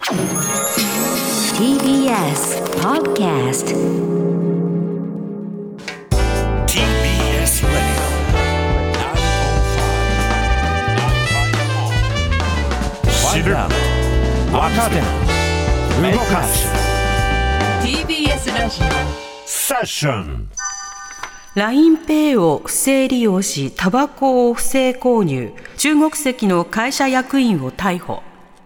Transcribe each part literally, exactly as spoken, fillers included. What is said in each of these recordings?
ティービーエス Podcast ティービーエス Radio 知る若手動かすティービーエス ラジオセッション。 ラインペイ を不正利用しタバコを不正購入、中国籍の会社役員を逮捕。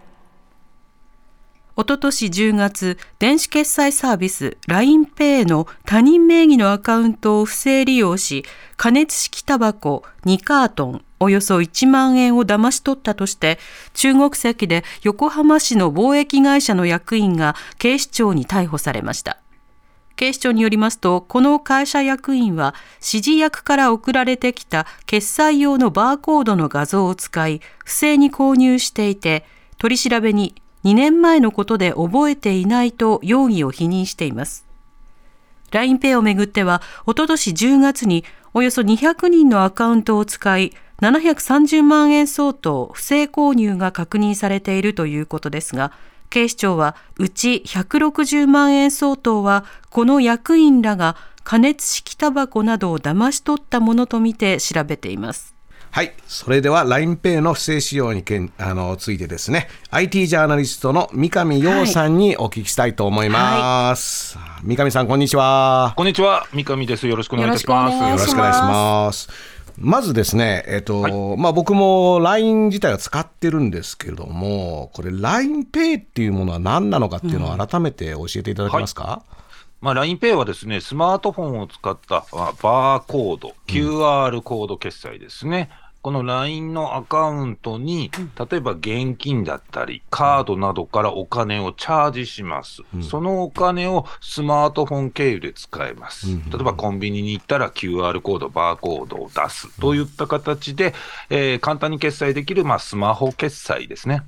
おととしじゅうがつ、電子決済サービス ラインペイ の他人名義のアカウントを不正利用し、加熱式タバコにカートン、およそいちまんえんを騙し取ったとして、中国籍で横浜市の貿易会社の役員が警視庁に逮捕されました。警視庁によりますと、この会社役員は指示役から送られてきた決済用のバーコードの画像を使い、不正に購入していて、取り調べににねんまえのことで覚えていないと容疑を否認しています。ラインペイ をめぐっては、おととしじゅうがつにおよそにひゃくにんのアカウントを使い、ななひゃくさんじゅうまんえん相当不正購入が確認されているということですが、警視庁はうちひゃくろくじゅうまんえん相当はこの役員らが加熱式タバコなどを騙し取ったものとみて調べています。 はい、それでは ラインペイ の不正使用にけんあのついてですね、 アイティー ジャーナリストの三上洋さんにお聞きしたいと思います、はい、三上さん、こんにちは。 こんにちは、三上です。よろしくお願いいたします。 よろしくお願いします。まずですね、えっと、はい、まあ、僕も ライン 自体は使ってるんですけれども、これ ラインペイ っていうものは何なのかっていうのを改めて教えていただけますか？ うん、はい、まあ、ラインペイ はですね、スマートフォンを使ったバーコード、キューアール コード決済ですね。うん、この ライン のアカウントに、例えば現金だったり、カードなどからお金をチャージします。うん、そのお金をスマートフォン経由で使えます。うん、例えばコンビニに行ったら キューアール コード、バーコードを出すといった形で、えー、簡単に決済できる、まあ、スマホ決済ですね。 うん、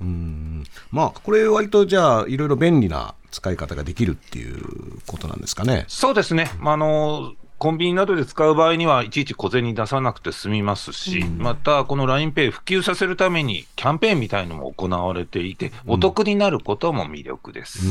まあ、これ割とじゃあいろいろ便利な使い方ができるっていうことなんですかね。 そうですね。まあ、あのコンビニなどで使う場合にはいちいち小銭出さなくて済みますし、うん、またこの ラインペイ 普及させるためにキャンペーンみたいのも行われていて、お得になることも魅力です。 うん、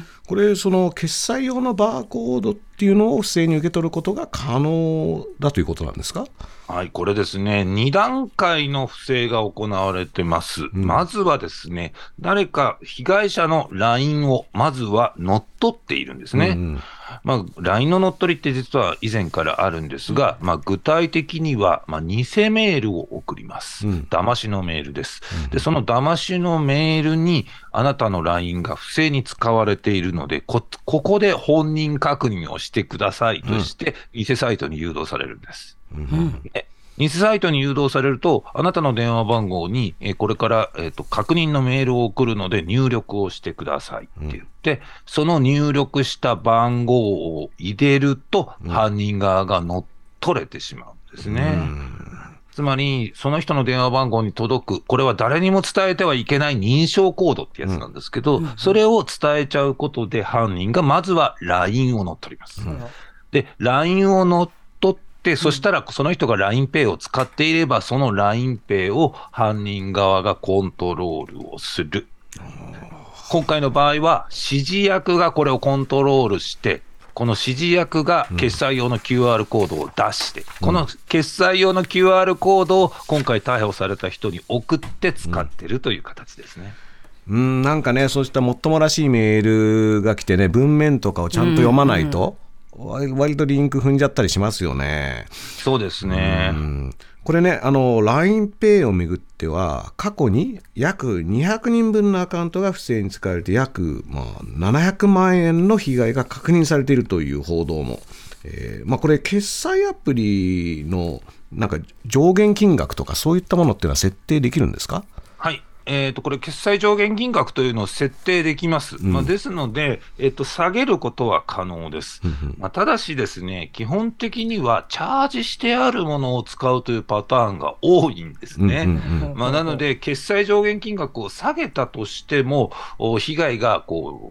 これその決済用のバーコードっていうのを不正に受け取ることが可能だということなんですか？ はい、これですね、にだんかいの不正が行われてます。うん、まずはですね、誰か被害者の ライン をまずは乗っ取っているんですね。うんうん、まあ、ライン の乗っ取りって実は以前からあるんですが、まあ、具体的には、まあ、偽メールを送ります。うん、騙しのメールです。うん、で、その騙しのメールにあなたの ライン が不正に使われているので、こ、ここで本人確認をしてくださいとして、うん、偽サイトに誘導されるんです。うん、偽サイトに誘導されると、あなたの電話番号に、えー、これから、えーと、確認のメールを送るので入力をしてくださいって言って、うん、その入力した番号を入れると、うん、犯人側が乗っ取れてしまうんですね。うん、つまり、その人の電話番号に届く、これは誰にも伝えてはいけない認証コードってやつなんですけど、うん、それを伝えちゃうことで犯人がまずは ライン を乗っ取ります。うん、で、ライン を乗っ取って、そしたらその人が ラインペイ を使っていれば、その ラインペイ を犯人側がコントロールをする。今回の場合は指示役がこれをコントロールして、この指示役が決済用の キューアール コードを出して、うん、この決済用の キューアール コードを今回逮捕された人に送って使ってるという形ですね。 うん、なんかね、そうしたもっともらしいメールが来てね、文面とかをちゃんと読まないと、うんうん、割とリンク踏んじゃったりしますよね。 そうですね。 うん、これね、あの ラインペイ をめぐっては過去に約にひゃくにんぶんのアカウントが不正に使われて約、まあ、ななひゃくまんえんの被害が確認されているという報道も、えーまあ、これ決済アプリのなんか上限金額とかそういったものっていうのは設定できるんですか？ はい、えーと、これ決済上限金額というのを設定できます。うん、まあ、ですので、えーと、下げることは可能です。まあ、ただしですね、基本的にはチャージしてあるものを使うというパターンが多いんですね。まあ、なので、決済上限金額を下げたとしても、被害がこう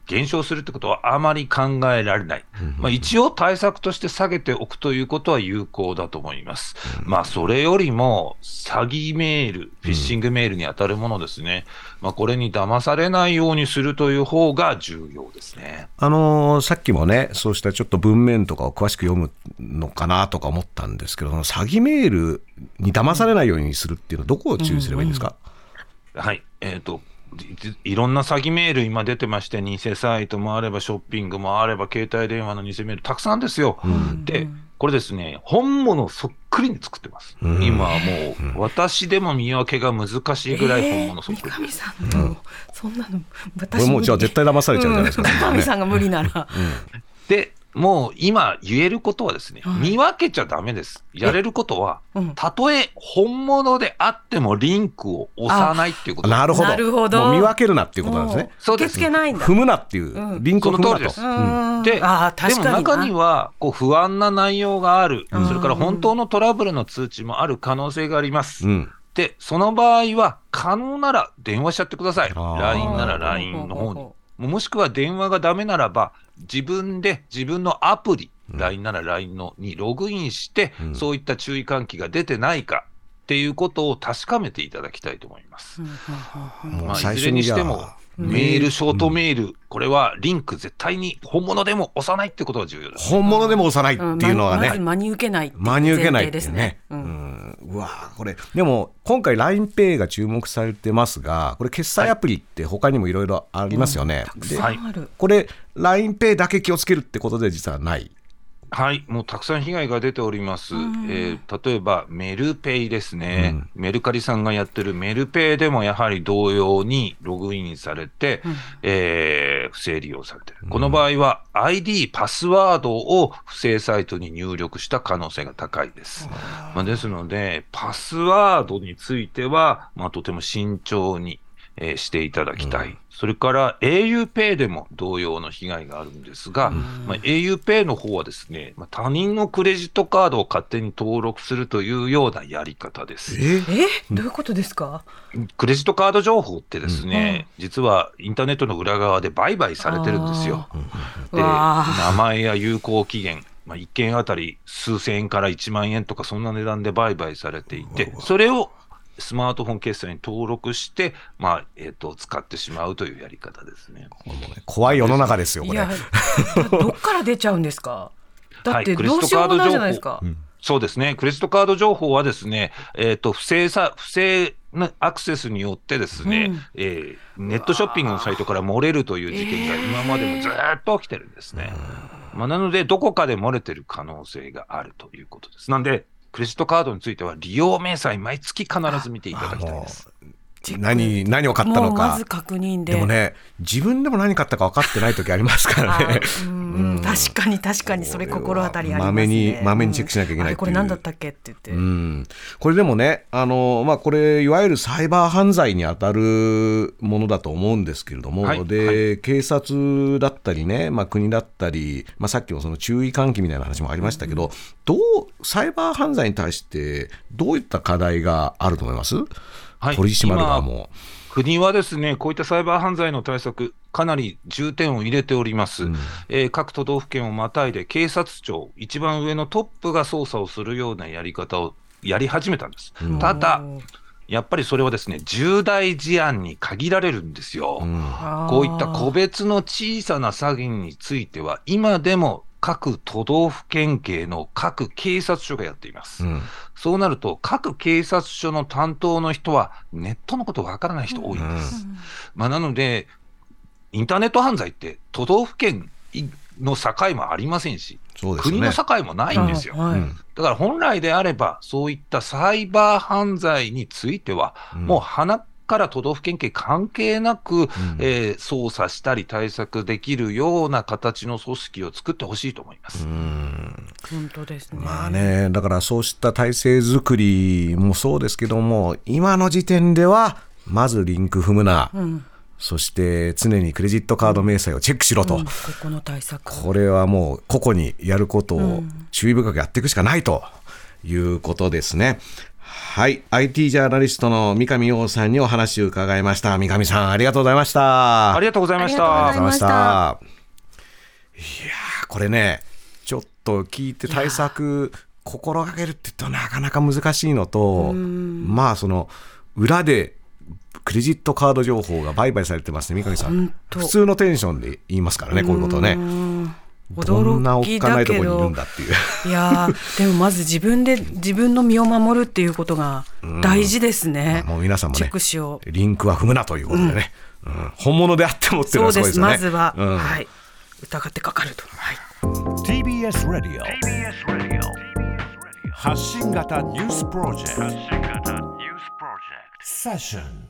減少するってことはあまり考えられない、まあ、一応対策として下げておくということは有効だと思います。まあ、それよりも詐欺メール、フィッシングメールに当たるものですね、まあ、これに騙されないようにするという方が重要ですね。 あのー、さっきもね、そうしたちょっと文面とかを詳しく読むのかなとか思ったんですけど、詐欺メールに騙されないようにするっていうのはどこを注意すればいいんですか？ うんうん、はい、えーといろんな詐欺メール今出てまして、偽サイトもあればショッピングもあれば携帯電話の偽メールたくさんですよ、うん、でこれですね、本物そっくりに作ってます、うん、今はもう私でも見分けが難しいぐらい本物そっくりです、えー、三上さんの、うん、そんなの私もうじゃあ絶対騙されちゃうじゃないですか、 三上さんが無理なら、うん、 でもう今言えることはですね、はい、見分けちゃダメです。やれることは、うん、たとえ本物であってもリンクを押さないっていうことです。 なるほど。 なるほど。 もう見分けるなっていうことなんですね。 そうです。 受け付けないんだ。 踏むなっていう、うん、リンクを踏むなと。その通りです。 うん、で、あ、確かにでも中にはこう不安な内容がある、うん、それから本当のトラブルの通知もある可能性があります。うん、で、その場合は可能なら電話しちゃってください。ライン なら ライン の方に。もしくは電話がダメならば自分で自分のアプリ、うん、ライン なら ライン のにログインして、うん、そういった注意喚起が出てないかっていうことを確かめていただきたいと思います。うんまあ、いずれにしてもメール、ショートメール、うん、これはリンク絶対に本物でも押さないってことが重要です。 本物でも押さないっていうのはね、 うん、まず真に受けないっていう前真に受けないってですね。うん、うわこれでも今回 ラインペイ が注目されてますが、これ決済アプリって他にもいろいろありますよね。 はい、で、はい、 これ ラインペイ だけ気をつけるってことで実はない。 はい、もうたくさん被害が出ております、うんえー、例えばメルペイですね、うん、メルカリさんがやってるメルペイでもやはり同様にログインされて、うんえー、不正利用されている、うん、この場合は アイディー パスワードを不正サイトに入力した可能性が高いです、まあ、ですのでパスワードについては、まあ、とても慎重にえー、していただきたい、うん、それから auPay でも同様の被害があるんですが、うんまあ、auPay の方はですね、まあ、他人のクレジットカードを勝手に登録するというようなやり方です。 ええどういうことですか？ クレジットカード情報ってですね、うん、実はインターネットの裏側で売買されてるんですよ。で、名前や有効期限、まあ、いっけんあたり数千円からいちまんえんとかそんな値段で売買されていて、それをスマートフォン決済に登録して、まあえー、と使ってしまうというやり方ですね。 怖い世の中ですよこれ。いやどっから出ちゃうんですか？だってどうしようもないじゃないですか。はい、 そうですね、クレジットカード情報はですね、えー、と不正さ不正なアクセスによってですね、うんえー、ネットショッピングのサイトから漏れるという事件が今までもずっと起きてるんですね。えーまあ、なのでどこかで漏れてる可能性があるということです。なんでクレジットカードについては利用明細毎月必ず見ていただきたいです。 何, 何を買ったのか。 まず確認で。 でもね、自分でも何買ったか分かってない時ありますからね。 うんうん確かに確かにそれ心当たりありますね。 まめにまめにチェックしなきゃいけないっていう、うん、 これ何だったっけって言って、うん、 これでもね、あの、まあ、これいわゆるサイバー犯罪に当たるものだと思うんですけれども、はい、で、はい、警察だったりね、まあ、国だったり、まあ、さっきもその注意喚起みたいな話もありましたけど、うん、どうサイバー犯罪に対してどういった課題があると思います？はい、取り締まる側も。 国はですね、こういったサイバー犯罪の対策、かなり重点を入れております、うんえー、各都道府県をまたいで警察庁、一番上のトップが捜査をするようなやり方をやり始めたんです、うん、ただ、やっぱりそれはですね、重大事案に限られるんですよ、うん、こういった個別の小さな詐欺については、今でも各都道府県警の各警察署がやっています、うん、そうなると各警察署の担当の人はネットのことわからない人多いんです、うんまあ、なのでインターネット犯罪って都道府県の境もありませんし、そうですね、国の境もないんですよ、はい、だから本来であればそういったサイバー犯罪については、うん、もう鼻から都道府県警関係なく、うんえー、捜査したり対策できるような形の組織を作ってほしいと思います。 うん本当ですね。 まあね、だからそうした体制作りもそうですけども、今の時点ではまずリンク踏むな、うん、そして常にクレジットカード明細をチェックしろと、うん、ここの対策、 これはもう個々にやることを注意深くやっていくしかないということですね。 はい、アイティー ジャーナリストの三上洋さんにお話を伺いました。三上さん、ありがとうございました。 ありがとうございました。 ありがとうございました。 いやー、これね、ちょっと聞いて対策心がけるって言うとなかなか難しいのと、まあその裏でクレジットカード情報が売買されてますね。三上さん、普通のテンションで言いますからね、こういうことね。どんなおっかないところにいるんだっていう。 いやでもまず自分で自分の身を守るっていうことが大事ですね。 うん、もう皆さんもね、 チェックしよう。 リンクは踏むなということでね、うんうん、本物であってもっていうのはすごいですよね。 そうです、まずは、うん、はい、疑ってかかると、はい、 ティービーエス Radio 発信型ニュースプロジェクトセッション